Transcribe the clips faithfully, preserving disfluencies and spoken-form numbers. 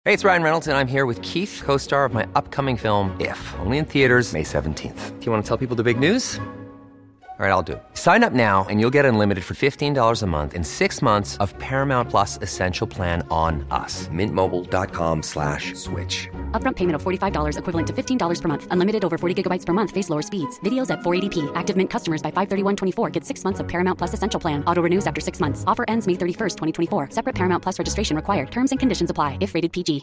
Hey, it's Ryan Reynolds, and I'm here with Keith, co-star of my upcoming film, If, only in theaters May seventeenth. Do you want to tell people the big news? All right, I'll do it. Sign up now and you'll get unlimited for fifteen dollars a month and six months of Paramount Plus Essential Plan on us. Mint Mobile dot com slash switch. Upfront payment of forty-five dollars equivalent to fifteen dollars per month. Unlimited over forty gigabytes per month. Face lower speeds. Videos at four eighty p. Active Mint customers by five thirty-one twenty-four get six months of Paramount Plus Essential Plan. Auto renews after six months. Offer ends May thirty-first, twenty twenty-four. Separate Paramount Plus registration required. Terms and conditions apply if rated P G.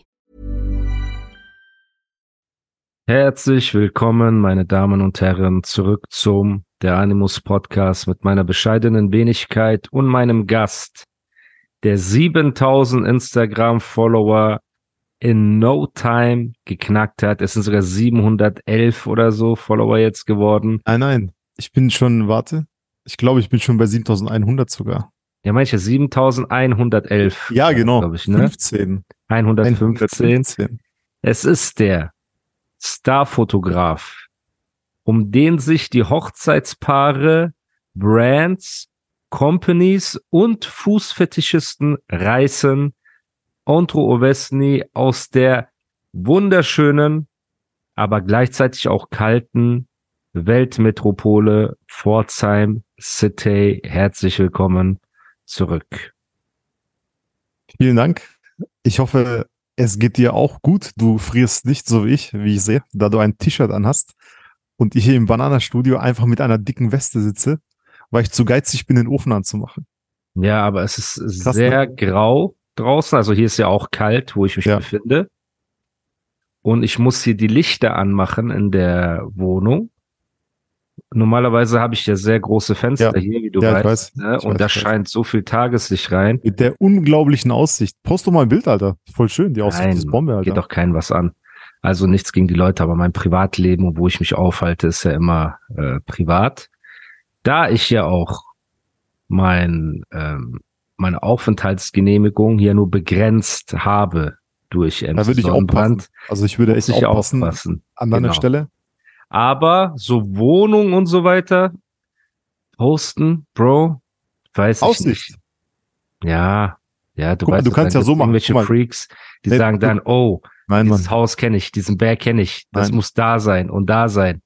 Herzlich willkommen, meine Damen und Herren, zurück zum Der Animus Podcast mit meiner bescheidenen Wenigkeit und meinem Gast, der siebentausend Instagram-Follower in no time geknackt hat. Es sind sogar siebenhundertelf oder so Follower jetzt geworden. Nein, nein, ich bin schon, warte, ich glaube, ich bin schon bei siebentausendeinhundert sogar. Ja, manche siebentausendeinhundertelf. Ja, genau, glaube ich, ne? fünfzehn. hundertfünfzehn. hundertfünfzehn. Es ist der Starfotograf, um den sich die Hochzeitspaare, Brands, Companies und Fußfetischisten reißen. Ondro Ovesny aus der wunderschönen, aber gleichzeitig auch kalten Weltmetropole Pforzheim City. Herzlich willkommen zurück. Vielen Dank. Ich hoffe, es geht dir auch gut. Du frierst nicht so wie ich, wie ich sehe, da du ein T-Shirt anhast und ich hier im Bananastudio einfach mit einer dicken Weste sitze, weil ich zu geizig bin, den Ofen anzumachen. Ja, aber es ist Krass, sehr ne? grau draußen. Also hier ist ja auch kalt, wo ich mich Ja. befinde. Und ich muss hier die Lichter anmachen in der Wohnung. Normalerweise habe ich ja sehr große Fenster Ja. hier, wie du Ja, ich weißt. weiß. Ne? Ich Und weiß, da ich weiß. scheint so viel Tageslicht rein. Mit der unglaublichen Aussicht. Post doch mal ein Bild, Alter. Voll schön, die Aussicht Nein, ist Bombe, Alter. geht doch keinem was an. Also nichts gegen die Leute, aber mein Privatleben und wo ich mich aufhalte, ist ja immer äh, privat. Da ich ja auch mein ähm, meine Aufenthaltsgenehmigung hier nur begrenzt habe durch M Da C würde ich Sonnenbrand, aufpassen. Also ich würde muss echt ich aufpassen aufpassen. an deiner Genau. Stelle. Aber so Wohnung und so weiter posten, Bro, weiß ich Aussicht. nicht. Ja, ja, du Guck mal, weißt, du dann kannst ja gibt's so machen. irgendwelche Guck mal. Freaks, die Nee, sagen du- dann, oh, Nein, dieses Mann. Haus kenne ich, diesen Berg kenne ich, das Nein. muss da sein und da sein.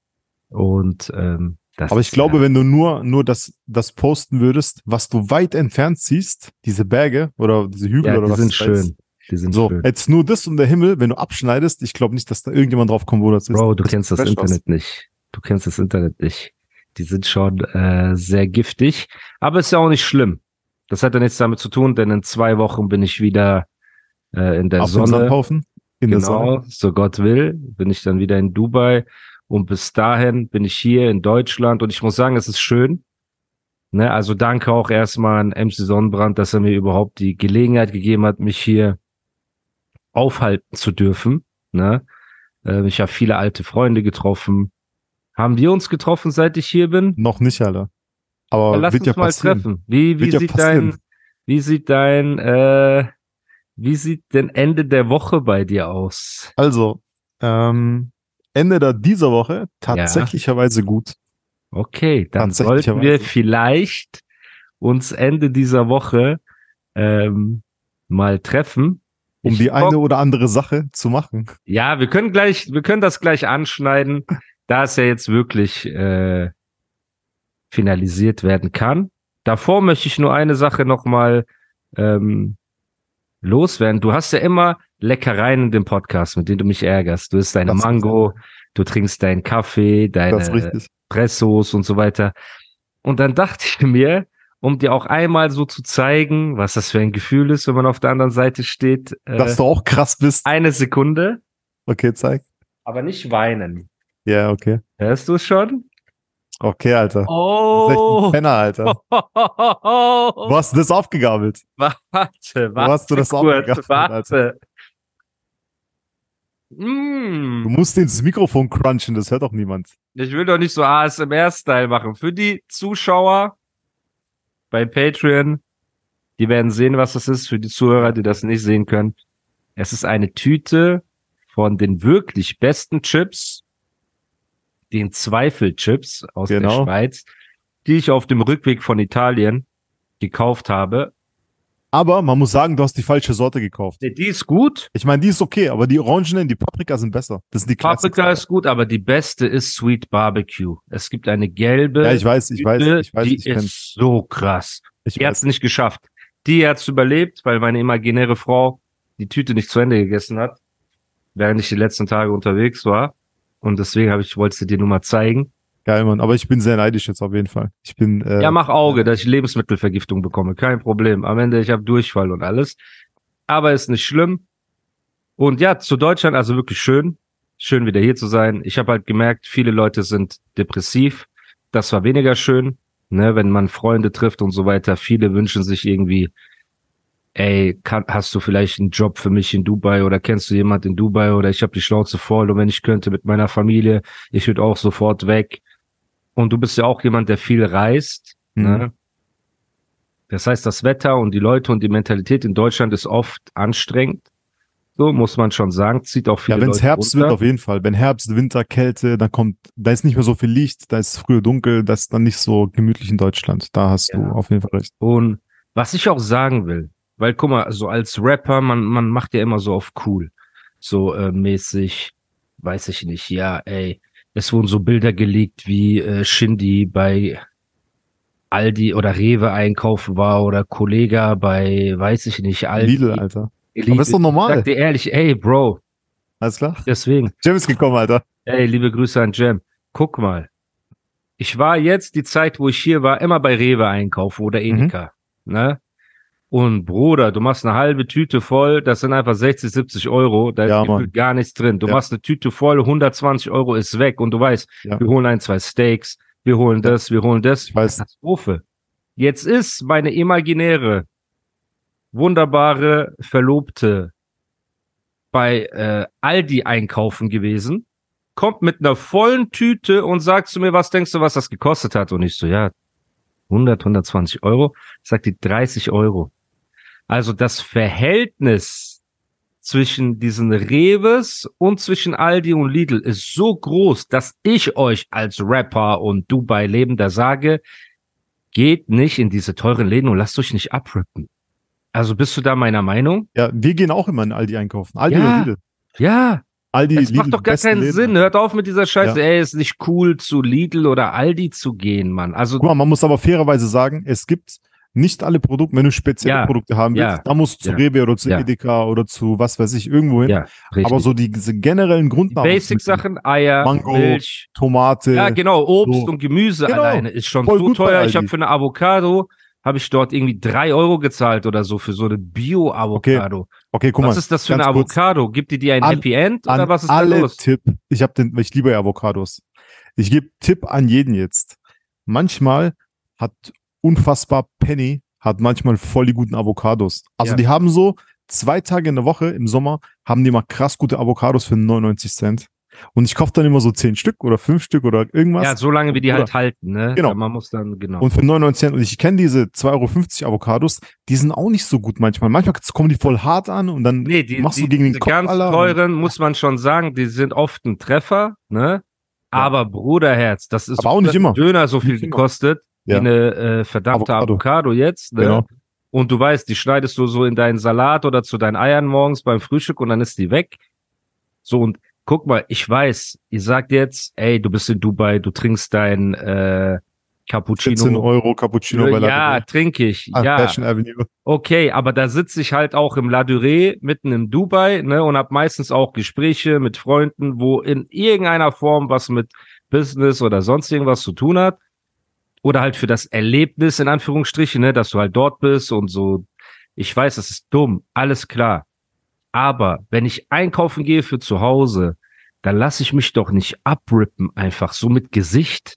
Und ähm, das Aber ich ist, glaube, ja, wenn du nur, nur das, das posten würdest, was du weit entfernt siehst, diese Berge oder diese Hügel ja, oder die was sind es da ist. schön. Die sind So, schön. jetzt nur das und der Himmel, wenn du abschneidest, ich glaube nicht, dass da irgendjemand drauf kommt, wo das ist. Bro, du kennst das fresh Internet nicht. Du kennst das Internet nicht. Die sind schon äh, sehr giftig. Aber ist ja auch nicht schlimm. Das hat ja nichts damit zu tun, denn in zwei Wochen bin ich wieder äh, in der Auf dem Sonne. Sandhaufen, in der Sonne. Genau, so Gott will, bin ich dann wieder in Dubai. Und bis dahin bin ich hier in Deutschland. Und ich muss sagen, es ist schön. Ne, also danke auch erstmal an M C Sonnenbrand, dass er mir überhaupt die Gelegenheit gegeben hat, mich hier aufhalten zu dürfen. Ne? Äh, ich habe viele alte Freunde getroffen. Haben wir uns getroffen, seit ich hier bin? Noch nicht, Alter. Aber Ja, lass wird uns ja mal passieren. treffen. Wie, wie Wird ja sieht passieren. dein, wie sieht dein, äh, wie sieht denn Ende der Woche bei dir aus? Also, ähm, Ende der dieser Woche tatsächlicherweise gut. Okay, dann sollten Tatsächlicherweise. wir vielleicht uns Ende dieser Woche ähm, mal treffen. Um Ich die bock- eine oder andere Sache zu machen. Ja, wir können gleich, wir können das gleich anschneiden, da es ja jetzt wirklich äh, finalisiert werden kann. Davor möchte ich nur eine Sache nochmal ähm, loswerden. Du hast ja immer Leckereien in dem Podcast, mit denen du mich ärgerst. Du isst deine Das ist Mango, du trinkst deinen Kaffee, Das ist deine richtig. Pressos und so weiter. Und dann dachte ich mir, um dir auch einmal so zu zeigen, was das für ein Gefühl ist, wenn man auf der anderen Seite steht, äh, Dass du auch krass bist. eine Sekunde, Okay, zeig. aber nicht weinen. Ja, okay. Hörst du es schon? Okay, Alter. Oh! Du bist echt ein Penner, Alter. Wo hast du das aufgegabelt? Warte, warte. Wo hast du das kurz, aufgegabelt, warte. Du Mm, musst ins Mikrofon crunchen, das hört doch niemand. ich will doch nicht so A S M R-Style machen. Für die Zuschauer bei Patreon, die werden sehen, was das ist. Für die Zuhörer, die das nicht sehen können. Es ist eine Tüte von den wirklich besten Chips, den Zweifelchips aus Genau. der Schweiz, die ich auf dem Rückweg von Italien gekauft habe. Aber man muss sagen, du hast die falsche Sorte gekauft. Nee, die ist gut. Ich meine, die ist okay, aber die Orangenen, die Paprika sind besser. Das sind die Classics. Paprika ist gut, aber die beste ist Sweet Barbecue. Es gibt eine gelbe. Ja, ich weiß, ich weiß, ich weiß, die ich ist kenn's. so krass. Ich Die hat es weiß. nicht geschafft. Die hat es überlebt, weil meine imaginäre Frau die Tüte nicht zu Ende gegessen hat, während ich die letzten Tage unterwegs war. Und deswegen habe ich, wollte sie dir nur mal zeigen. Geil, Mann. Aber ich bin sehr neidisch jetzt auf jeden Fall. Ich bin, äh, Ja, mach Auge, dass ich Lebensmittelvergiftung bekomme. Kein Problem. Am Ende, ich habe Durchfall und alles. Aber ist nicht schlimm. Und ja, zu Deutschland, also wirklich schön. Schön, wieder hier zu sein. Ich habe halt gemerkt, viele Leute sind depressiv. Das war weniger schön, ne, wenn man Freunde trifft und so weiter. Viele wünschen sich irgendwie, ey, kann, hast du vielleicht einen Job für mich in Dubai oder kennst du jemand in Dubai oder ich habe die Schnauze voll und wenn ich könnte mit meiner Familie, ich würde auch sofort weg. Und du bist ja auch jemand, der viel reist, Mhm. ne? Das heißt, das Wetter und die Leute und die Mentalität in Deutschland ist oft anstrengend. So muss man schon sagen, zieht auch viele ja, wenn es Leute Herbst runter. wird, auf jeden Fall. Wenn Herbst, Winter, Kälte, dann kommt, da ist nicht mehr so viel Licht, da ist es früher dunkel, das ist dann nicht so gemütlich in Deutschland. Da hast Ja. du auf jeden Fall recht. Und was ich auch sagen will, weil guck mal, so als Rapper, man, man macht ja immer so auf cool. So äh, mäßig, weiß ich nicht, ja, ey, es wurden so Bilder geleakt, wie äh, Shindy bei Aldi oder Rewe einkaufen war oder Kollega bei, weiß ich nicht, Aldi. Lidl, Alter. Lidl. Aber ist doch normal. Ich sag dir ehrlich, ey, Bro, Alles klar? deswegen, Jim ist gekommen, Alter. ey, liebe Grüße an Jam. Guck mal, ich war jetzt die Zeit, wo ich hier war, immer bei Rewe einkaufen oder Edeka, ne? Und Bruder, du machst eine halbe Tüte voll, das sind einfach sechzig, siebzig Euro, da ist Ja, gefühlt Mann. gar nichts drin. Du Ja. machst eine Tüte voll, hundertzwanzig Euro ist weg und du weißt, Ja. wir holen ein, zwei Steaks, wir holen Ja. das, wir holen das. Ich weiß. Katastrophe. Jetzt ist meine imaginäre, wunderbare Verlobte bei äh, Aldi einkaufen gewesen, kommt mit einer vollen Tüte und sagt zu mir, was denkst du, was das gekostet hat? Und ich so, ja, hundert, hundertzwanzig Euro. Sagt die dreißig Euro. Also das Verhältnis zwischen diesen Reves und zwischen Aldi und Lidl ist so groß, dass ich euch als Rapper und Dubai-Lebender sage, geht nicht in diese teuren Läden und lasst euch nicht abrippen. Also bist du da meiner Meinung? Ja, wir gehen auch immer in Aldi einkaufen. Aldi Ja. oder Lidl. Ja, Aldi, es Lidl, macht doch gar besten keinen Läden. Sinn. Hört auf mit dieser Scheiße. Ja. Ey, ist nicht cool, zu Lidl oder Aldi zu gehen, Mann. Also, Guck mal, man muss aber fairerweise sagen, es gibt nicht alle Produkte, wenn du spezielle Ja. Produkte haben willst, Ja. da musst du zu Ja. Rewe oder zu Ja. Edeka oder zu was weiß ich, irgendwo hin. ja, richtig. Aber so die, diese generellen Die Grundnahrungsmittel, Basic-Sachen, Eier, Mango, Milch. Tomate, Ja, genau, Obst so. und Gemüse Genau. alleine ist schon Voll so gut bei teuer. Ich Aldi. habe für eine Avocado, habe ich dort irgendwie drei Euro gezahlt oder so für so eine Bio-Avocado. okay, guck mal. Was ist das für eine ganz kurz. Avocado? Gibt die dir ein An- Happy End An oder was ist da alle los? Tipp, ich habe den, ich liebe ja Avocados. Ich gebe Tipp an jeden jetzt. Manchmal hat unfassbar Penny, hat manchmal voll die guten Avocados. Also Ja. die haben so zwei Tage in der Woche im Sommer, haben die mal krass gute Avocados für neunundneunzig Cent. Und ich kaufe dann immer so zehn Stück oder fünf Stück oder irgendwas. Ja, so lange wie die Oder- halt halten, ne? Genau. Man muss dann, genau. Und für neunundneunzig Cent. Und ich kenne diese zwei Euro fünfzig Avocados, die sind auch nicht so gut manchmal. Manchmal kommen die voll hart an und dann Nee, die, machst die, du gegen den diese Kopf, ganz Alter. teuren, muss man schon sagen, die sind oft ein Treffer, ne? Aber Bruderherz, das ist Aber auch nicht ein immer. Döner so viel Nicht immer. gekostet, wie Ja. eine äh, verdammte Avocado. Avocado, jetzt, ne? Genau. Und du weißt, die schneidest du so in deinen Salat oder zu deinen Eiern morgens beim Frühstück und dann ist die weg. So, und guck mal, ich weiß, ihr sagt jetzt, ey, du bist in Dubai, du trinkst dein äh, Cappuccino. vierzehn Euro Cappuccino bei La Ja, Durée. trinke ich. Ah, Ja, Fashion Avenue. okay, aber da sitze ich halt auch im La Durée, mitten in Dubai, ne, und habe meistens auch Gespräche mit Freunden, wo in irgendeiner Form was mit Business oder sonst irgendwas zu tun hat. Oder halt für das Erlebnis, in Anführungsstrichen, ne, dass du halt dort bist und so. Ich weiß, das ist dumm, alles klar. Aber wenn ich einkaufen gehe für zu Hause, dann lasse ich mich doch nicht abrippen, einfach so mit Gesicht.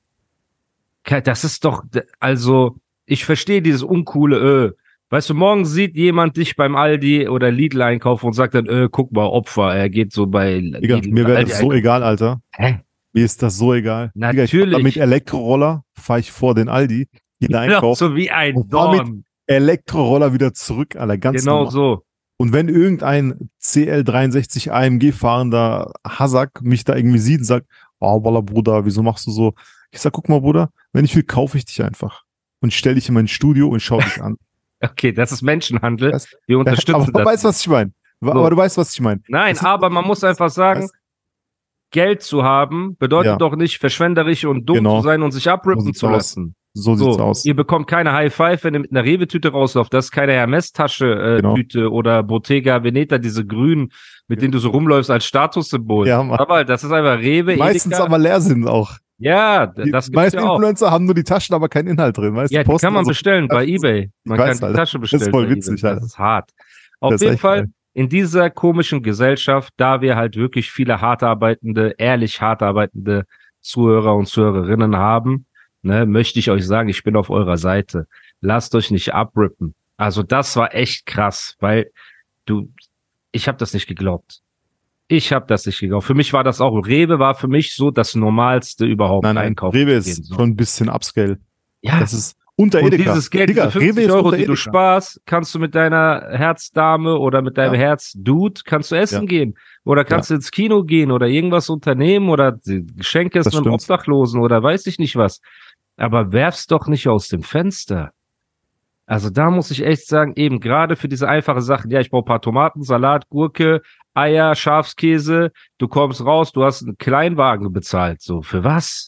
Ke- Das ist doch, also, ich verstehe dieses uncoole, äh, weißt du, morgen sieht jemand dich beim Aldi oder Lidl einkaufen und sagt dann, äh, guck mal, Opfer, er geht so bei Digga, Lidl mir oder wäre Aldi das so einkaufen. egal, Alter. Hä? Mir ist das so egal. Digga, ich Natürlich. fahr mit Elektroroller fahre ich vor den Aldi, gehe da Genau, einkaufen, so wie ein und fahr mit Dorn. Elektroroller wieder zurück, Alter, ganz Genau normal. so. Und wenn irgendein C L dreiundsechzig A M G fahrender Hasak mich da irgendwie sieht und sagt, oh, Wallah, Bruder, wieso machst du so? Ich sag, guck mal, Bruder, wenn ich will, kaufe ich dich einfach. Und stell dich in mein Studio und schau dich an. Okay, das ist Menschenhandel. Das, Wir unterstützen aber das. du weißt, was ich meine. Aber So. du weißt, was ich meine. Nein, Das aber man muss einfach sagen, weißt, Geld zu haben bedeutet Ja. doch nicht verschwenderisch und dumm Genau. zu sein und sich So abrippen sieht's zu aus. lassen. So sieht's So, aus. ihr bekommt keine High Five, wenn ihr mit einer Rewe-Tüte rauslauft. Das ist keine Hermes-Tasche, äh, Genau. Tüte oder Bottega Veneta, diese grünen, mit denen du so rumläufst als Statussymbol. Ja, Mann. Aber das ist einfach Rewe, Die meistens Edeka. aber leer sind auch. Ja, d- Die das gibt's meisten ja auch. Influencer haben nur die Taschen, aber keinen Inhalt drin. Weißt du? Ja, die posten kann man also- bestellen bei eBay. Man weiß, kann die Alter. Tasche Das ist bestellen. voll bei witzig, eBay. Alter. Das ist hart. Auf Das ist jeden echt Fall, geil. in dieser komischen Gesellschaft, da wir halt wirklich viele hart arbeitende, ehrlich hart arbeitende Zuhörer und Zuhörerinnen haben, ne, möchte ich euch sagen, ich bin auf eurer Seite. Lasst euch nicht abrippen. Also das war echt krass, weil du, ich habe das nicht geglaubt. Ich habe das nicht geglaubt. Für mich war das auch, Rewe war für mich so das Normalste überhaupt. Nein, nein, einkaufen Rewe zu ist gehen, so. schon ein bisschen Upscale. Ja, Das ist unter und Edeka. dieses Geld, Digga, diese fünfzig Rewe ist Euro, unter die du Edeka. sparst, kannst du mit deiner Herzdame oder mit deinem Ja. Herzdude, kannst du essen Ja. gehen. Oder kannst du ins Kino gehen oder irgendwas unternehmen oder die Geschenke Das essen einem stimmt. Obdachlosen oder weiß ich nicht was. Aber werf's doch nicht aus dem Fenster. Also da muss ich echt sagen, eben gerade für diese einfache Sachen, ja, ich brauche ein paar Tomaten, Salat, Gurke, Eier, Schafskäse, du kommst raus, du hast einen Kleinwagen bezahlt. So, für was?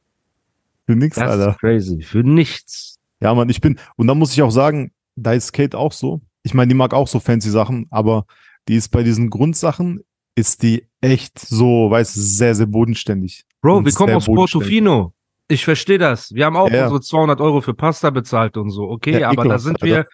Für nix, Das Alter. ist crazy. Für nichts. Ja, Mann, ich bin, und dann muss ich auch sagen, da ist Kate auch so. Ich meine, die mag auch so fancy Sachen, aber die ist bei diesen Grundsachen, ist die echt so, weißt du, sehr, sehr bodenständig. Bro, Und wir kommen sehr aus bodenständig. Portofino. Ich verstehe das. Wir haben auch Ja, ja. unsere zweihundert Euro für Pasta bezahlt und so. Okay, Ja, aber da ekelhaft, sind Alter. wir,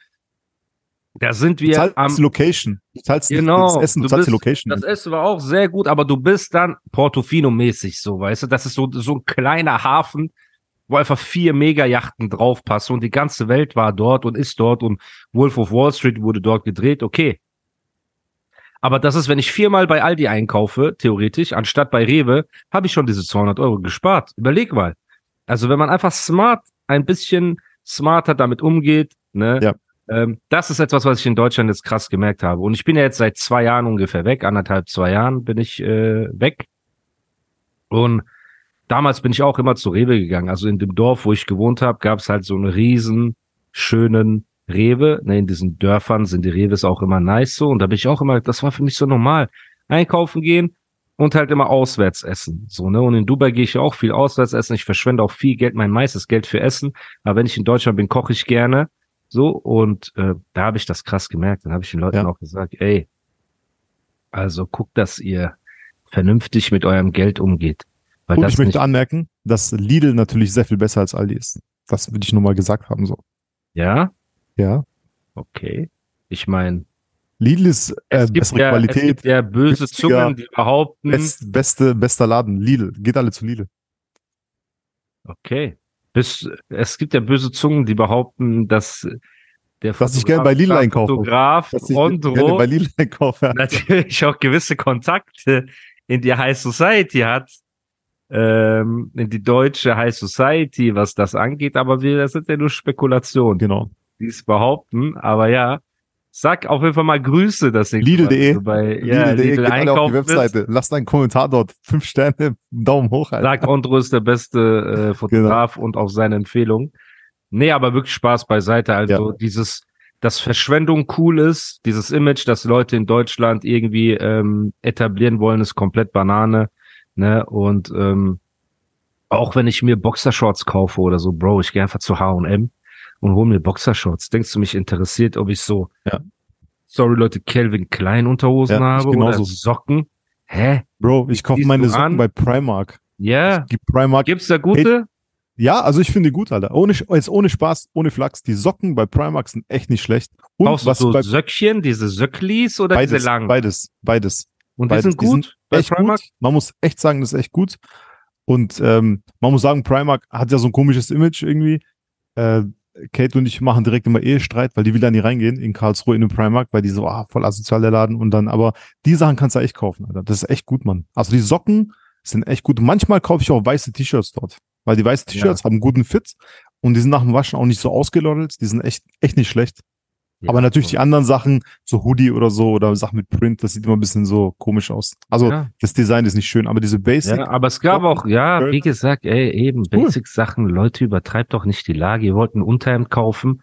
da sind Du wir zahlst am, die Location. Du zahlst nicht genau. das Essen, du, du zahlst die bist- Location. Das Essen war auch sehr gut, aber du bist dann Portofino-mäßig so, weißt du? Das ist so, so ein kleiner Hafen, wo einfach vier Mega-Yachten draufpassen und die ganze Welt war dort und ist dort und Wolf of Wall Street wurde dort gedreht. Okay. Aber das ist, wenn ich viermal bei Aldi einkaufe, theoretisch, anstatt bei Rewe, habe ich schon diese zweihundert Euro gespart. Überleg mal. Also wenn man einfach smart, ein bisschen smarter damit umgeht, ne, Ja. ähm, das ist etwas, was ich in Deutschland jetzt krass gemerkt habe. Und ich bin ja jetzt seit zwei Jahren ungefähr weg, anderthalb, zwei Jahren bin ich äh, weg. Und damals bin ich auch immer zu Rewe gegangen. Also in dem Dorf, wo ich gewohnt habe, gab es halt so einen riesen, schönen Rewe. Ne, in diesen Dörfern sind die Rewes auch immer nice so. Und da bin ich auch immer, das war für mich so normal. Einkaufen gehen und halt immer auswärts essen. So, ne? Und in Dubai gehe ich ja auch viel auswärts essen. Ich verschwende auch viel Geld, mein meistes Geld für Essen. Aber wenn ich in Deutschland bin, koche ich gerne. So, und äh, da habe ich das krass gemerkt. Dann habe ich den Leuten Ja. auch gesagt, ey, also guckt, dass ihr vernünftig mit eurem Geld umgeht. Weil Und das ich möchte nicht, anmerken, dass Lidl natürlich sehr viel besser als Aldi ist. Das würde ich nur mal gesagt haben, so. ja, Ja. okay. Ich meine, Lidl ist äh, es, gibt bessere ja, es Qualität, gibt ja böse günstiger, Zungen, die behaupten, best, beste, bester Laden. Lidl. Geht alle zu Lidl. okay, bis, es gibt ja böse Zungen, die behaupten, dass der Dass ich gerne bei Lidl einkaufe. Fotograf Dass ich gerne Ondro bei Lidl einkaufe. natürlich auch gewisse Kontakte in die High Society hat, ähm, in die deutsche High Society, was das angeht, aber wir, das sind ja nur Spekulationen, Genau. die es behaupten, aber ja, sag auf jeden Fall mal Grüße, dass nächste Lidl Mal, punkt de. wenn du bei ja, Lidl.de, Lidl geht alle auf die einkaufen bist. Webseite. Lasst einen Kommentar dort. Fünf Sterne, Daumen hoch, Alter. Sagt, Ondro ist der beste äh, Fotograf und auch seine Empfehlung. Nee, aber wirklich Spaß beiseite. Also dieses, dass Verschwendung cool ist, dieses Image, das Leute in Deutschland irgendwie ähm, etablieren wollen, ist komplett Banane. Ne? Und ähm, auch wenn ich mir Boxershorts kaufe oder so, Bro, ich gehe einfach zu H und M und hole mir Boxershorts. Denkst du, mich interessiert, ob ich so, Ja. sorry Leute, Calvin Klein Unterhosen Ja, ich habe oder genauso. Socken? Hä? Bro, ich kaufe Siehst meine du Socken an? bei Primark. Ja. Die Primark. Gibt's da gute? Ja, also ich finde die gut, Alter. Ohne, jetzt ohne Spaß, ohne Flachs. Die Socken bei Primark sind echt nicht schlecht. Und Brauchst du was so bei Söckchen, diese Söcklis oder beides, diese langen? beides, beides. Und die beides. sind gut bei echt Primark? gut. Man muss echt sagen, das ist echt gut. Und ähm, man muss sagen, Primark hat ja so ein komisches Image irgendwie. Äh, Kate und ich machen direkt immer Ehestreit, weil die will da nie reingehen in Karlsruhe in den Primark, weil die so, ah, voll asozial der Laden und dann, aber die Sachen kannst du echt kaufen, Alter. Das ist echt gut, Mann. Also die Socken sind echt gut. Manchmal kaufe ich auch weiße T-Shirts dort, weil die weißen T-Shirts haben guten Fit und die sind nach dem Waschen auch nicht so ausgeloddelt. Die sind echt, echt nicht schlecht. Ja, aber natürlich so. die anderen Sachen, so Hoodie oder so oder Sachen mit Print, das sieht immer ein bisschen so komisch aus. Also Ja. das Design ist nicht schön, aber diese Basic, Ja, aber es gab Socken, auch, ja, Shirt. wie gesagt, ey, eben, Cool. Basic-Sachen, Leute, übertreibt doch nicht die Lage. Ihr wollt ein Unterhemd kaufen,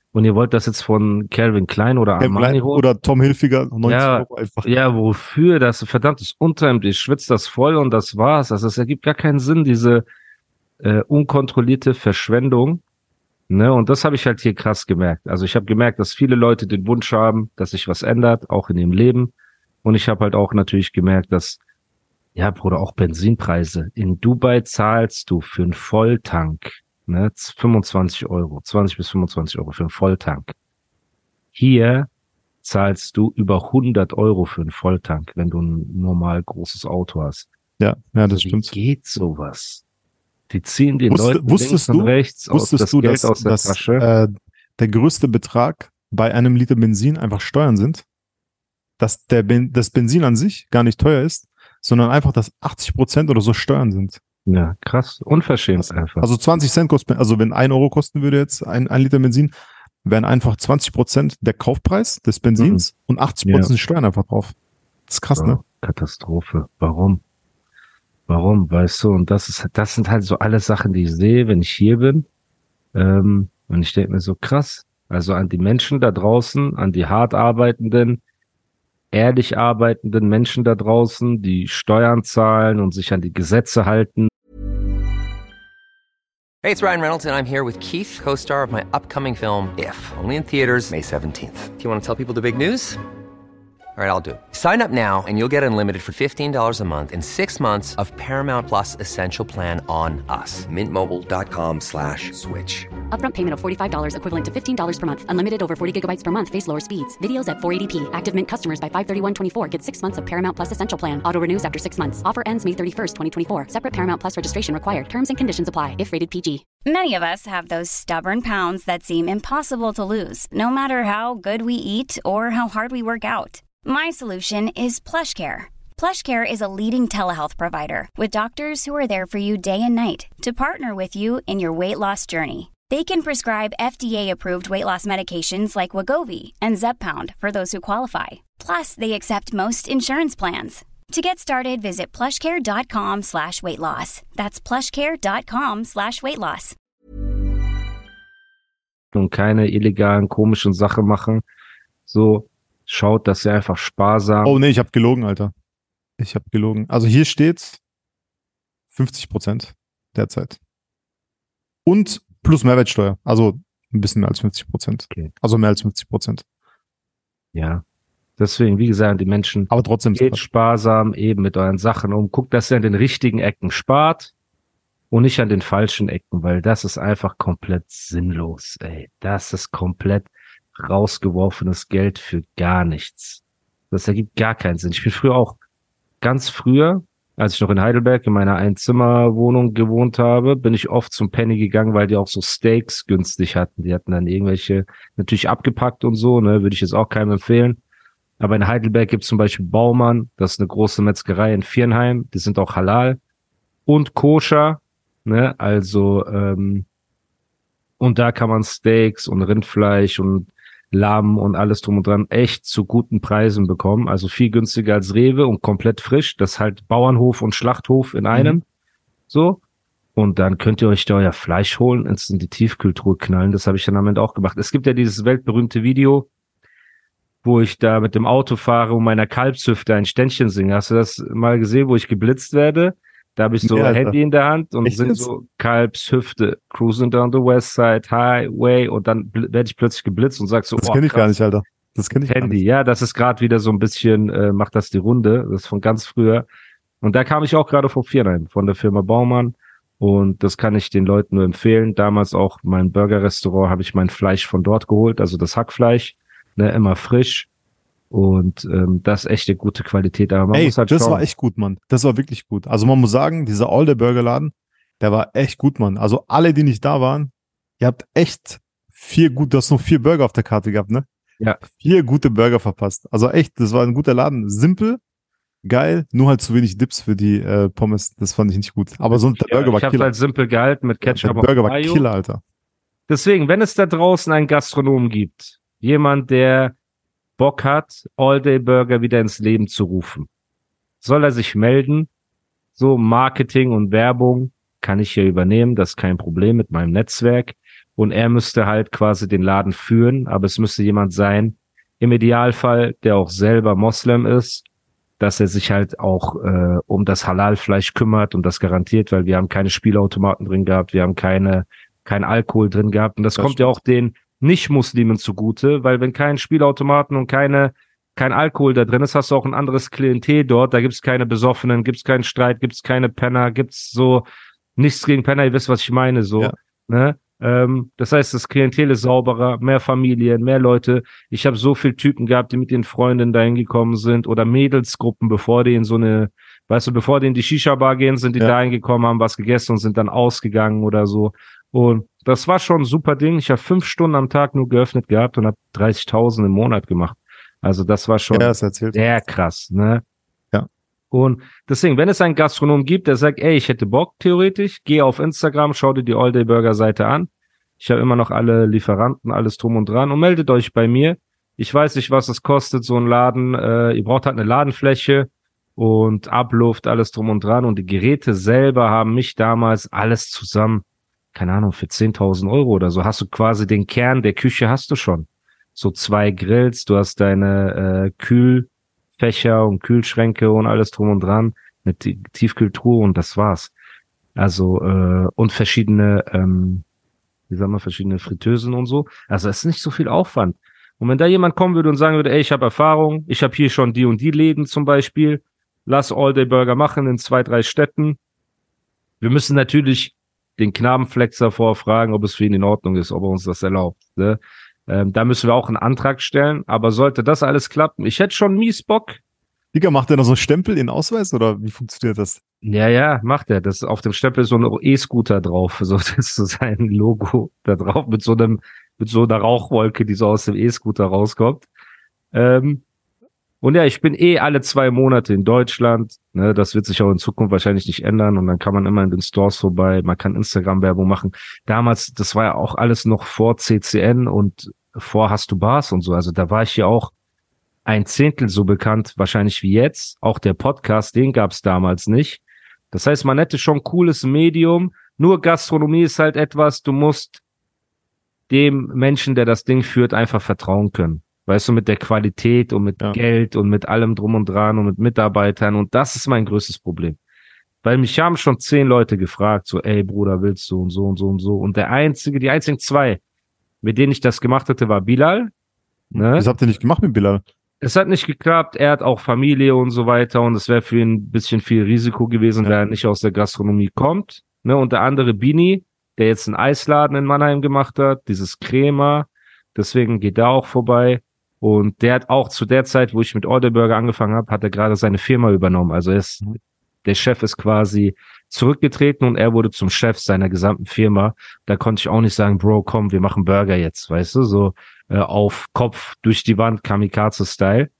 Und ihr wollt das jetzt von Calvin Klein oder Calvin Armani Klein holen? oder Tom Hilfiger, neunzig Ja, Euro einfach. ja, wofür? Das verdammtes Unterhemd, ich schwitze das voll und das war's. Also es ergibt gar keinen Sinn, diese äh, unkontrollierte Verschwendung. Ne? Und das habe ich halt hier krass gemerkt. Also ich habe gemerkt, dass viele Leute den Wunsch haben, dass sich was ändert, auch in ihrem Leben. Und ich habe halt auch natürlich gemerkt, dass, ja, Bruder, auch Benzinpreise. In Dubai zahlst du für einen Volltank, ne, fünfundzwanzig Euro, zwanzig bis fünfundzwanzig Euro für einen Volltank. Hier zahlst du über hundert Euro für einen Volltank, wenn du ein normal großes Auto hast. Ja, ja, das Also stimmt. Wie geht sowas? Die ziehen den Wusste, Leuten wusstest links und du, rechts aus, wusstest das du, Geld dass, aus der dass Tasche. äh, der größte Betrag bei einem Liter Benzin einfach Steuern sind? Dass der ben, das Benzin an sich gar nicht teuer ist, sondern einfach, dass achtzig Prozent oder so Steuern sind. Ja, krass. Unverschämt einfach. Also zwanzig Cent kostet, also wenn ein Euro kosten würde jetzt ein, ein Liter Benzin, wären einfach zwanzig Prozent der Kaufpreis des Benzins Mhm. und achtzig Prozent Ja. Steuern einfach drauf. Das ist krass, Ja, ne? Katastrophe. Warum? Warum? Weißt du, und das ist, das sind halt so alle Sachen, die ich sehe, wenn ich hier bin. Ähm, und ich denke mir so, krass. Also an die Menschen da draußen, an die hart arbeitenden, ehrlich arbeitenden Menschen da draußen, die Steuern zahlen und sich an die Gesetze halten. Hey, it's Ryan Reynolds, and I'm here with Keith, co-star of my upcoming film, If, only in theaters May seventeenth. Do you want to tell people the big news? All right, I'll do it. Sign up now and you'll get unlimited for fifteen dollars a month and six months of Paramount Plus Essential Plan on us. Mint Mobile dot com slash switch. Upfront payment of forty-five dollars equivalent to fifteen dollars per month. Unlimited over forty gigabytes per month. Face lower speeds. Videos at four eighty p. Active Mint customers by five thirty-one twenty-four get six months of Paramount Plus Essential Plan. Auto renews after six months. Offer ends May thirty-first, twenty twenty-four. Separate Paramount Plus registration required. Terms and conditions apply if rated P G. Many of us have those stubborn pounds that seem impossible to lose, no matter how good we eat or how hard we work out. My solution is PlushCare. PlushCare is a leading telehealth provider with doctors who are there for you day and night to partner with you in your weight loss journey. They can prescribe F D A-approved weight loss medications like Wegovy and Zepbound for those who qualify. Plus, they accept most insurance plans. To get started, visit plushcare.com slash weight loss. That's plushcare.com slash weight loss. Und keine illegalen, komischen Sachen machen. So, schaut, dass ihr einfach sparsam. Oh nee, ich habe gelogen, Alter. Ich habe gelogen. Also hier steht fünfzig Prozent derzeit. Und plus Mehrwertsteuer. Also ein bisschen mehr als fünfzig Prozent. Okay. Also mehr als fünfzig Prozent. Ja. Deswegen, wie gesagt, die Menschen, Aber trotzdem. geht sparsam eben mit euren Sachen um. Guckt, dass ihr an den richtigen Ecken spart und nicht an den falschen Ecken, weil das ist einfach komplett sinnlos, ey. Das ist komplett rausgeworfenes Geld für gar nichts. Das ergibt gar keinen Sinn. Ich bin früher auch, ganz früher, als ich noch in Heidelberg in meiner Einzimmerwohnung gewohnt habe, bin ich oft zum Penny gegangen, weil die auch so Steaks günstig hatten. Die hatten dann irgendwelche, natürlich abgepackt und so, ne, würde ich jetzt auch keinem empfehlen. Aber in Heidelberg gibt es zum Beispiel Baumann, das ist eine große Metzgerei in Viernheim, die sind auch halal und koscher, ne, also ähm, und da kann man Steaks und Rindfleisch und Lamm und alles drum und dran echt zu guten Preisen bekommen, also viel günstiger als Rewe und komplett frisch, das ist halt Bauernhof und Schlachthof in einem, mhm. so. Und dann könnt ihr euch da euer Fleisch holen, ins in die Tiefkühltruhe knallen, das habe ich dann am Ende auch gemacht. Es gibt ja dieses weltberühmte Video, wo ich da mit dem Auto fahre und meiner Kalbshüfte ein Ständchen singe. Hast du das mal gesehen, wo ich geblitzt werde? Da habe ich so ja, ein Handy in der Hand und singe so Kalbshüfte, cruising down the west side highway und dann werde ich plötzlich geblitzt und sag so, das oh, kenne ich krass. gar nicht, Alter. Das kenne ich Handy, gar nicht. ja, das ist gerade wieder so ein bisschen, äh, macht das die Runde, das ist von ganz früher. Und da kam ich auch gerade vor Viernheim von der Firma Baumann und das kann ich den Leuten nur empfehlen. Damals auch mein Burger-Restaurant habe ich mein Fleisch von dort geholt, also das Hackfleisch, ne, immer frisch. Und ähm, das ist echt eine gute Qualität. Aber man Ey, muss halt das schauen. war echt gut, Mann. Das war wirklich gut. Also man muss sagen, dieser All-Day-Burger-Laden, der war echt gut, Mann. Also alle, die nicht da waren, ihr habt echt vier gut, du hast noch vier Burger auf der Karte gehabt, ne? Ja. Vier gute Burger verpasst. Also echt, das war ein guter Laden. Simpel, geil, nur halt zu wenig Dips für die äh, Pommes. Das fand ich nicht gut. Aber so der ja, Burger war ich hab's Killer. halt simpel gehalten mit Ketchup. Der Burger war Mayo. Killer, Alter. Deswegen, wenn es da draußen einen Gastronomen gibt, jemand, der Bock hat, All-Day-Burger wieder ins Leben zu rufen, soll er sich melden. So Marketing und Werbung kann ich hier übernehmen, das ist kein Problem mit meinem Netzwerk. und er müsste halt quasi den Laden führen, aber es müsste jemand sein, im Idealfall, der auch selber Moslem ist, dass er sich halt auch äh, um das Halal-Fleisch kümmert und das garantiert, weil wir haben keine Spielautomaten drin gehabt, wir haben keine kein Alkohol drin gehabt und das, das kommt stimmt. ja auch den Nicht-Muslimen zugute, weil wenn kein Spielautomaten und keine kein Alkohol da drin ist, hast du auch ein anderes Klientel dort, da gibt's keine Besoffenen, gibt's keinen Streit, gibt's keine Penner, gibt's so nichts gegen Penner, ihr wisst, was ich meine, so, ja. ne? Ähm, das heißt, das Klientel ist sauberer, mehr Familien, mehr Leute. Ich habe so viele Typen gehabt, die mit den Freundinnen dahin gekommen sind oder Mädelsgruppen, bevor die in so eine, weißt du, bevor die in die Shisha-Bar gehen, sind die ja. dahin gekommen, haben was gegessen und sind dann ausgegangen oder so. Und das war schon ein super Ding. Ich habe fünf Stunden am Tag nur geöffnet gehabt und habe dreißigtausend im Monat gemacht. Also das war schon ja, sehr krass, ne? Ja. Und deswegen, wenn es einen Gastronom gibt, der sagt, ey, ich hätte Bock theoretisch, geh auf Instagram, schau dir die All-Day-Burger-Seite an. Ich habe immer noch alle Lieferanten, alles drum und dran und meldet euch bei mir. Ich weiß nicht, was es kostet, so ein Laden. Äh, ihr braucht halt eine Ladenfläche und Abluft, alles drum und dran. Und die Geräte selber haben mich damals alles zusammen, keine Ahnung, für zehntausend Euro oder so. Hast du quasi den Kern der Küche hast du schon. So zwei Grills, du hast deine äh, Kühlfächer und Kühlschränke und alles drum und dran. Eine T- Tiefkühltruhe und das war's. Also, äh, und verschiedene... Ähm, wie sagen wir, verschiedene Fritteusen und so. Also es ist nicht so viel Aufwand. Und wenn da jemand kommen würde und sagen würde, ey, ich habe Erfahrung, ich habe hier schon die und die Läden zum Beispiel, lass All-Day-Burger machen in zwei, drei Städten. Wir müssen natürlich den Knabenflex davor fragen, ob es für ihn in Ordnung ist, ob er uns das erlaubt. Ne? Ähm, da müssen wir auch einen Antrag stellen. Aber sollte das alles klappen, ich hätte schon mies Bock. Digga, macht der noch so Stempel in Ausweis oder wie funktioniert das? Ja, ja, macht er. Das auf dem Stempel ist so ein E-Scooter drauf. So, das ist so sein Logo da drauf mit so einem, mit so einer Rauchwolke, die so aus dem E-Scooter rauskommt. Ähm, und ja, ich bin eh alle zwei Monate in Deutschland. Ne, das wird sich auch in Zukunft wahrscheinlich nicht ändern. Und dann kann man immer in den Stores vorbei. Man kann Instagram-Werbung machen. Damals, das war ja auch alles noch vor C C N und vor Hast du Bars und so. Also da war ich ja auch ein Zehntel so bekannt, wahrscheinlich wie jetzt. Auch der Podcast, den gab es damals nicht. Das heißt, man hätte schon ein cooles Medium. Nur Gastronomie ist halt etwas, du musst dem Menschen, der das Ding führt, einfach vertrauen können. Weißt du, mit der Qualität und mit ja. Geld und mit allem drum und dran und mit Mitarbeitern. Und das ist mein größtes Problem. Weil mich haben schon zehn Leute gefragt, so, ey Bruder, willst du und so und so und so. Und der einzige, die einzigen zwei, mit denen ich das gemacht hatte, war Bilal. Ne? Was habt ihr nicht gemacht mit Bilal? Es hat nicht geklappt, er hat auch Familie und so weiter und es wäre für ihn ein bisschen viel Risiko gewesen, ja. da er nicht aus der Gastronomie kommt. Ne? Und der andere Bini, der jetzt einen Eisladen in Mannheim gemacht hat, dieses Crema, deswegen geht da auch vorbei. Und der hat auch zu der Zeit, wo ich mit All Day Burger angefangen habe, hat er gerade seine Firma übernommen. Also er ist, mhm. der Chef ist quasi zurückgetreten und er wurde zum Chef seiner gesamten Firma. Da konnte ich auch nicht sagen, Bro, komm, wir machen Burger jetzt, weißt du, so auf Kopf durch die Wand, Kamikaze-Style.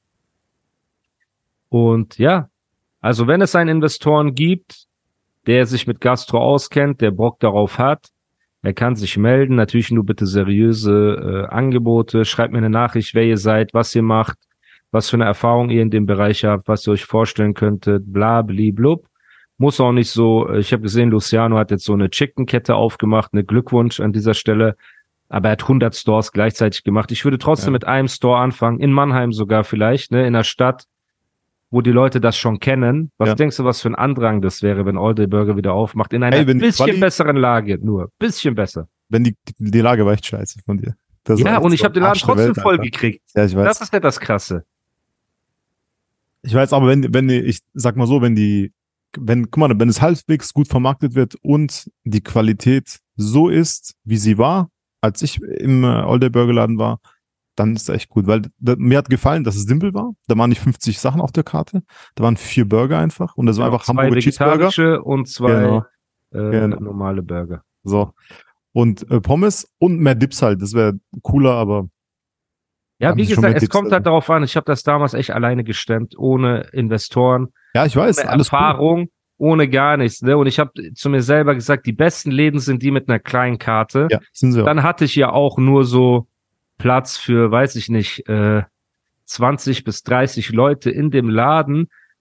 Und ja, also wenn es einen Investoren gibt, der sich mit Gastro auskennt, der Bock darauf hat, er kann sich melden. Natürlich nur bitte seriöse äh, Angebote. Schreibt mir eine Nachricht, wer ihr seid, was ihr macht, was für eine Erfahrung ihr in dem Bereich habt, was ihr euch vorstellen könntet, bla, bli, blub. Muss auch nicht so, ich habe gesehen, Luciano hat jetzt so eine Chicken-Kette aufgemacht, eine Glückwunsch an dieser Stelle. Aber er hat hundert Stores gleichzeitig gemacht. Ich würde trotzdem ja. mit einem Store anfangen, in Mannheim sogar vielleicht, ne, in einer Stadt, wo die Leute das schon kennen. Was ja. denkst du, was für ein Andrang das wäre, wenn All Day Burger wieder aufmacht? In einer Ey, bisschen Quali- besseren Lage nur. Bisschen besser. Wenn die, die, die Lage war echt scheiße von dir. Das ja, und ich habe den Laden trotzdem Welt, voll gekriegt. Ja, ich weiß. Das ist ja das Krasse. Ich weiß, aber wenn, wenn die, ich sag mal so, wenn die, wenn, guck mal, wenn es halbwegs gut vermarktet wird und die Qualität so ist, wie sie war, als ich im All-Day-Burger-Laden war, dann ist das echt gut, weil da, mir hat gefallen, dass es simpel war. Da waren nicht fünfzig Sachen auf der Karte, da waren vier Burger einfach und das war ja, einfach Hamburger Cheeseburger und zwei genau. Äh, genau. normale Burger. So. Und äh, Pommes und mehr Dips halt, das wäre cooler, aber ja, wie gesagt, es Dips kommt halt darauf an, ich habe das damals echt alleine gestemmt, ohne Investoren, ja, ich weiß, ohne alles Erfahrung, cool. ohne gar nichts, ne? Und ich habe zu mir selber gesagt, die besten Läden sind die mit einer kleinen Karte. Ja, sind sie auch. Dann hatte ich ja auch nur so Platz für, weiß ich nicht, äh, zwanzig bis dreißig Leute in dem Laden.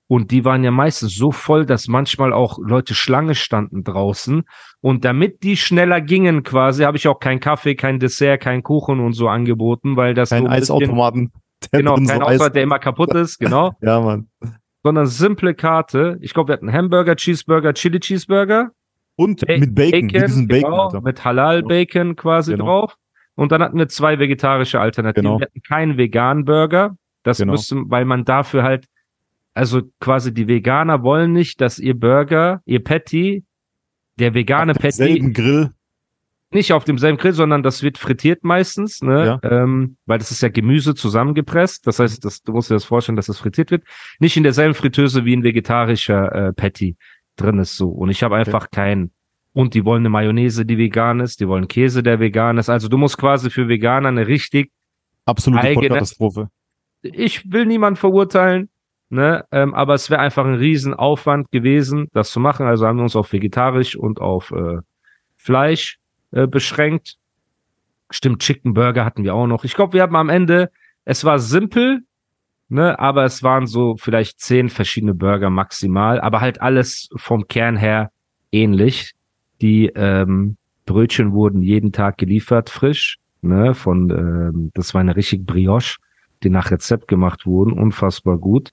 Und die waren ja meistens so voll, dass manchmal auch Leute Schlange standen draußen. Und damit die schneller gingen quasi, habe ich auch keinen Kaffee, kein Dessert, keinen Kuchen und so angeboten, weil das Kein so ein bisschen, Eisautomaten. Der genau, drin kein so Auswahl, Eis- der immer kaputt ist, genau. Ja, Mann. Sondern simple Karte. Ich glaube, wir hatten Hamburger, Cheeseburger, Chili Cheeseburger. Und Ba- mit Bacon, mit diesem Bacon, genau, Alter. mit Halal-Bacon quasi Genau. drauf. Und dann hatten wir zwei vegetarische Alternativen. Genau. Wir hatten keinen veganen Burger. Das Genau. müsste, weil man dafür halt, also quasi die Veganer wollen nicht, dass ihr Burger, ihr Patty, der vegane Auf Patty, demselben Grill. nicht auf demselben Grill, sondern das wird frittiert meistens, ne? Ja. Ähm, weil das ist ja Gemüse zusammengepresst. Das heißt, das, du musst dir das vorstellen, dass das frittiert wird. Nicht in derselben Fritteuse wie ein vegetarischer äh, Patty drin ist so. Und ich habe einfach keinen. Und die wollen eine Mayonnaise, die vegan ist. Die wollen Käse, der vegan ist. Also du musst quasi für Veganer eine richtig, Absolute Eigene- Vollkatastrophe. ich will niemanden verurteilen, ne? Ähm, aber es wäre einfach ein Riesenaufwand gewesen, das zu machen. Also haben wir uns auf vegetarisch und auf äh, Fleisch äh, beschränkt. Stimmt, Chicken Burger hatten wir auch noch. Ich glaube, wir haben am Ende, es war simpel, ne, aber es waren so vielleicht zehn verschiedene Burger maximal, aber halt alles vom Kern her ähnlich. Die ähm, Brötchen wurden jeden Tag geliefert, frisch, ne, von, ähm, das war eine richtig Brioche, die nach Rezept gemacht wurden, unfassbar gut.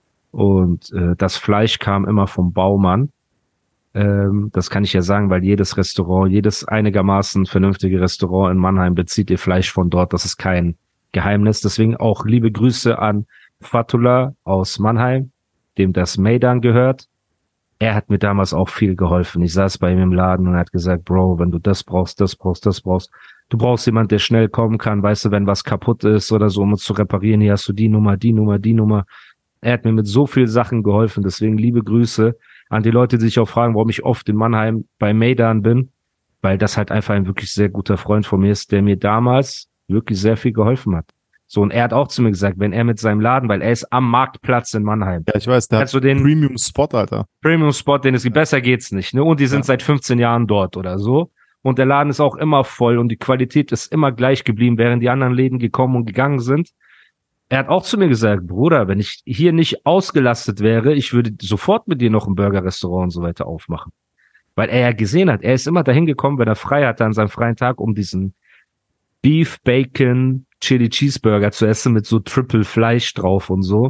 Und äh, das Fleisch kam immer vom Baumann. Ähm, das kann ich ja sagen, weil jedes Restaurant, jedes einigermaßen vernünftige Restaurant in Mannheim bezieht ihr Fleisch von dort. Das ist kein Geheimnis. Deswegen auch liebe Grüße an Fatullah aus Mannheim, dem das Meydan gehört. Er hat mir damals auch viel geholfen. Ich saß bei ihm im Laden und er hat gesagt, Bro, wenn du das brauchst, das brauchst, das brauchst, du brauchst jemand, der schnell kommen kann, weißt du, wenn was kaputt ist oder so, um es zu reparieren, hier hast du die Nummer, die Nummer, die Nummer. Er hat mir mit so viel Sachen geholfen, deswegen liebe Grüße an die Leute, die sich auch fragen, warum ich oft in Mannheim bei Meydan bin, weil das halt einfach ein wirklich sehr guter Freund von mir ist, der mir damals wirklich sehr viel geholfen hat. So, und er hat auch zu mir gesagt, wenn er mit seinem Laden, weil er ist am Marktplatz in Mannheim, Ja, ich weiß, der Also hat den- Premium Spot, Alter. Premium-Spot, den es gibt, besser geht's nicht, ne? Und die sind Ja. seit fünfzehn Jahren dort oder so. Und der Laden ist auch immer voll und die Qualität ist immer gleich geblieben, während die anderen Läden gekommen und gegangen sind. Er hat auch zu mir gesagt, Bruder, wenn ich hier nicht ausgelastet wäre, ich würde sofort mit dir noch ein Burger-Restaurant und so weiter aufmachen. Weil er ja gesehen hat, er ist immer dahin gekommen, wenn er frei hatte an seinem freien Tag, um diesen Beef, Bacon, Chili Cheeseburger zu essen mit so Triple Fleisch drauf und so.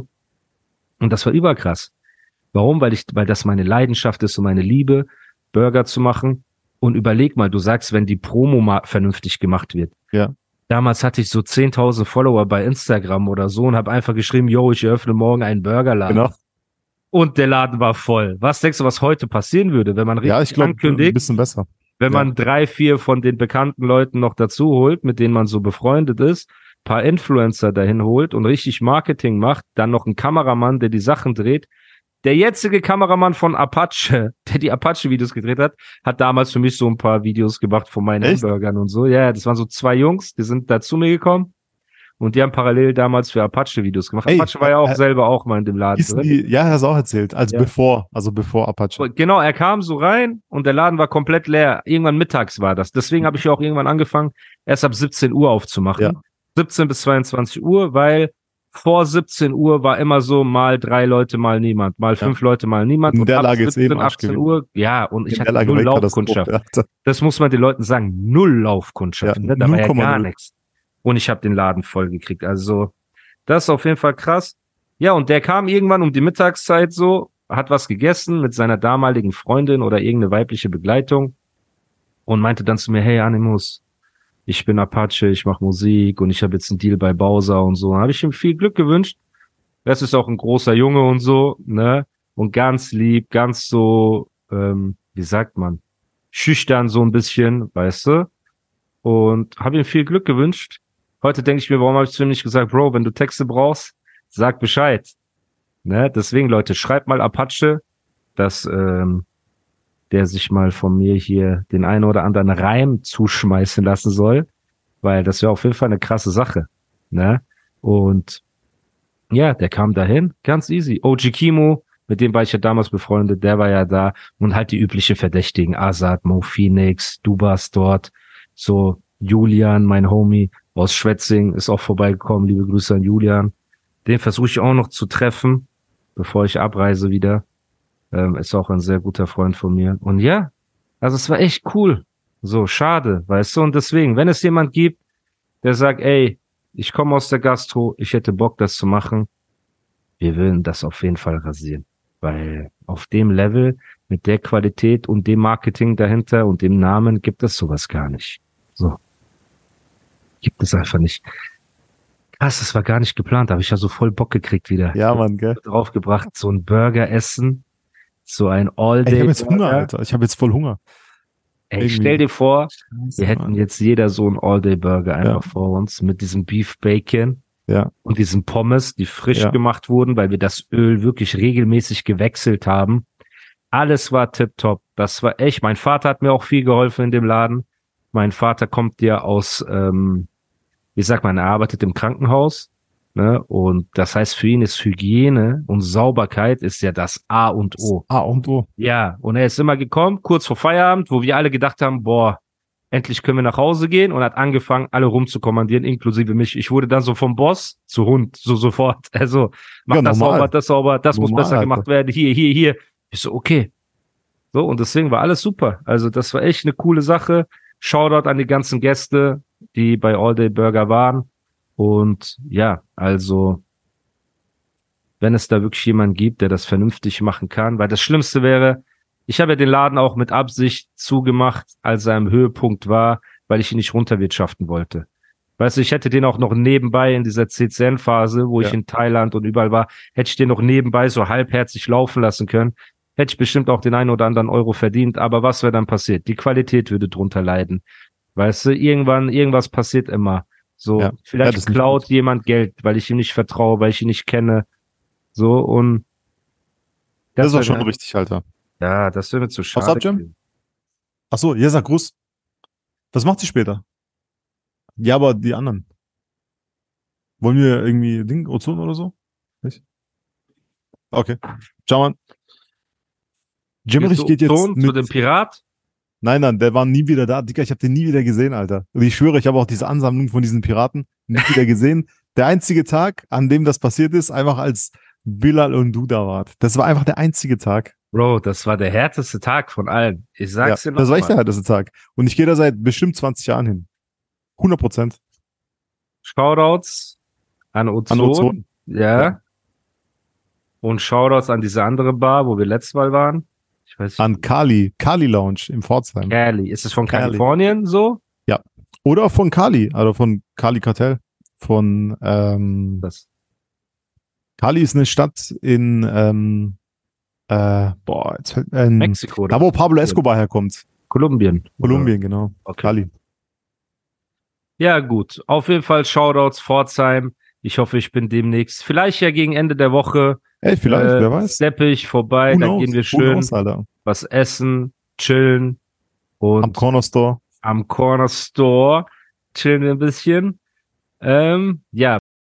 Und das war überkrass. Warum? Weil ich, weil das meine Leidenschaft ist und meine Liebe, Burger zu machen. Und überleg mal, du sagst, wenn die Promo mal vernünftig gemacht wird. Ja. Damals hatte ich so zehntausend Follower bei Instagram oder so und habe einfach geschrieben, yo, ich eröffne morgen einen Burgerladen. Genau. Und der Laden war voll. Was denkst du, was heute passieren würde, wenn man richtig Ja, ich glaube, ein ankündigt, bisschen besser. wenn ja. man drei, vier von den bekannten Leuten noch dazu holt, mit denen man so befreundet ist, paar Influencer dahin holt und richtig Marketing macht, dann noch ein Kameramann, der die Sachen dreht. Der jetzige Kameramann von Apache, der die Apache-Videos gedreht hat, hat damals für mich so ein paar Videos gemacht von meinen Echt? Hamburgern und so. Ja, das waren so zwei Jungs, die sind da zu mir gekommen und die haben parallel damals für Apache-Videos gemacht. Ey, Apache war ja auch äh, selber auch mal in dem Laden Hießen drin. die, ja, hast du auch erzählt, als Ja. bevor, also bevor Apache. Und genau, er kam so rein und der Laden war komplett leer. Irgendwann mittags war das. Deswegen habe ich ja auch irgendwann angefangen, erst ab siebzehn Uhr aufzumachen. Ja. siebzehn bis zweiundzwanzig Uhr, weil vor siebzehn Uhr war immer so mal drei Leute, mal niemand, mal fünf Leute, mal niemand. In Und der ab Lage ist eh im siebzehn, Arsch achtzehn gewesen. Uhr, ja, und ich In hatte der Lage null war Laufkundschaft. Katastrophe, Alter. Das muss man den Leuten sagen, null Laufkundschaft. Ja, ne? Da war ja null Komma gar null. nichts. Und ich habe den Laden voll gekriegt. Also das ist auf jeden Fall krass. Ja, und der kam irgendwann um die Mittagszeit so, hat was gegessen mit seiner damaligen Freundin oder irgendeine weibliche Begleitung und meinte dann zu mir, hey Animus, ich bin Apache, ich mache Musik und ich habe jetzt einen Deal bei Bowser und so. Dann habe ich ihm viel Glück gewünscht. Das ist auch ein großer Junge und so, ne? Und ganz lieb, ganz so, ähm, wie sagt man, schüchtern so ein bisschen, weißt du? Und habe ihm viel Glück gewünscht. Heute denke ich mir, warum habe ich zu ihm nicht gesagt, Bro, wenn du Texte brauchst, sag Bescheid. Ne? Deswegen, Leute, schreibt mal Apache, dass ähm, der sich mal von mir hier den einen oder anderen Reim zuschmeißen lassen soll, weil das wäre auf jeden Fall eine krasse Sache. Ne? Und ja, der kam dahin, ganz easy. O G Kimo, mit dem war ich ja damals befreundet, der war ja da und halt die üblichen Verdächtigen, Azad, Mo Phoenix, du warst dort, so Julian, mein Homie aus Schwetzing, ist auch vorbeigekommen, liebe Grüße an Julian. Den versuche ich auch noch zu treffen. bevor ich abreise wieder. Ähm, ist auch ein sehr guter Freund von mir. Und ja, also es war echt cool. So, schade, weißt du? Und deswegen, wenn es jemand gibt, der sagt, ey, ich komme aus der Gastro, ich hätte Bock, das zu machen, wir würden das auf jeden Fall rasieren. Weil auf dem Level, mit der Qualität und dem Marketing dahinter und dem Namen gibt es sowas gar nicht. So. Gibt es einfach nicht. Krass, das war gar nicht geplant, da habe ich ja so voll Bock gekriegt wieder. Ja, Mann, gell? Draufgebracht, so ein Burger essen, so ein Ey, All-Day. ich habe jetzt Hunger, Alter. Ich habe jetzt voll Hunger. Ey, Irgendwie. stell dir vor, Scheiße, wir hätten Mann. jetzt jeder so einen All-Day-Burger einfach Ja. vor uns mit diesem Beef Bacon Ja, und diesen Pommes, die frisch Ja. gemacht wurden, weil wir das Öl wirklich regelmäßig gewechselt haben. Alles war tipptopp. Das war echt. Mein Vater hat mir auch viel geholfen in dem Laden. Mein Vater kommt ja aus, ähm, wie sagt man, er arbeitet im Krankenhaus. Ne? Und das heißt, für ihn ist Hygiene und Sauberkeit ist ja das A und O. A und O. Ja, und er ist immer gekommen, kurz vor Feierabend, wo wir alle gedacht haben, boah, endlich können wir nach Hause gehen, und hat angefangen, alle rumzukommandieren, inklusive mich. Ich wurde dann so vom Boss zu Hund, so sofort. Also, mach Ja, das normal. sauber, das sauber, das muss Normal, besser Alter. gemacht werden, hier, hier, hier. Ich so, okay. So, und deswegen war alles super. Also, das war echt eine coole Sache. Shoutout an die ganzen Gäste, die bei All Day Burger waren. Und ja, also, wenn es da wirklich jemanden gibt, der das vernünftig machen kann, weil das Schlimmste wäre, ich habe ja den Laden auch mit Absicht zugemacht, als er am Höhepunkt war, weil ich ihn nicht runterwirtschaften wollte. Weißt du, ich hätte den auch noch nebenbei in dieser C C N-Phase, wo Ja. ich in Thailand und überall war, hätte ich den noch nebenbei so halbherzig laufen lassen können, hätte ich bestimmt auch den einen oder anderen Euro verdient, aber was wäre dann passiert? Die Qualität würde drunter leiden. Weißt du, irgendwann, irgendwas passiert immer. So, Ja. Ja, vielleicht das ist nicht klaut gut. jemand Geld, weil ich ihm nicht vertraue, weil ich ihn nicht kenne. So, und Das, ist wär auch schon mir- richtig, Alter. Ja, das wäre mir zu schade. ab, Jam? gewesen. Ach so, Jesa, Gruß. Was macht sie später? Ja, aber die anderen. Wollen wir irgendwie Ding, Ozon oder so? Nicht? Okay. Ciao, Mann. Jemmerich Gehst geht du jetzt Ozon zu dem mit, Pirat? nein, nein, der war nie wieder da. Digga, ich habe den nie wieder gesehen, Alter. Und ich schwöre, ich habe auch diese Ansammlung von diesen Piraten nie wieder gesehen. Der einzige Tag, an dem das passiert ist, einfach als Bilal und du da wart. Das war einfach der einzige Tag. Bro, das war der härteste Tag von allen. Ich Ja, sag's dir noch das war echt der mal. härteste Tag. Und ich gehe da seit bestimmt zwanzig Jahren hin. hundert Prozent. Shoutouts an Ozon. An Ozon. Ja. Ja. Und Shoutouts an diese andere Bar, wo wir letztes Mal waren. Ich weiß nicht. An Kali, Kali Lounge in Pforzheim. Cali. Ist es von Cali. Kalifornien so? Oder von Kali, also von Kali Kartell. Von ähm, Das. Kali ist eine Stadt in ähm, äh, boah, jetzt fällt, ähm, Mexiko. da Oder? wo Pablo Escobar herkommt. Kolumbien. Kolumbien, genau. Okay. Kali. Ja, gut. Auf jeden Fall Shoutouts Pforzheim. Ich hoffe, ich bin demnächst, vielleicht ja gegen Ende der Woche, Ey, vielleicht, äh, wer weiß. steppe ich vorbei, Who da knows? gehen wir Who schön knows, Alter. was essen, chillen und Am Corner Store. am Corner Store chillen wir ein bisschen. Ähm, ja,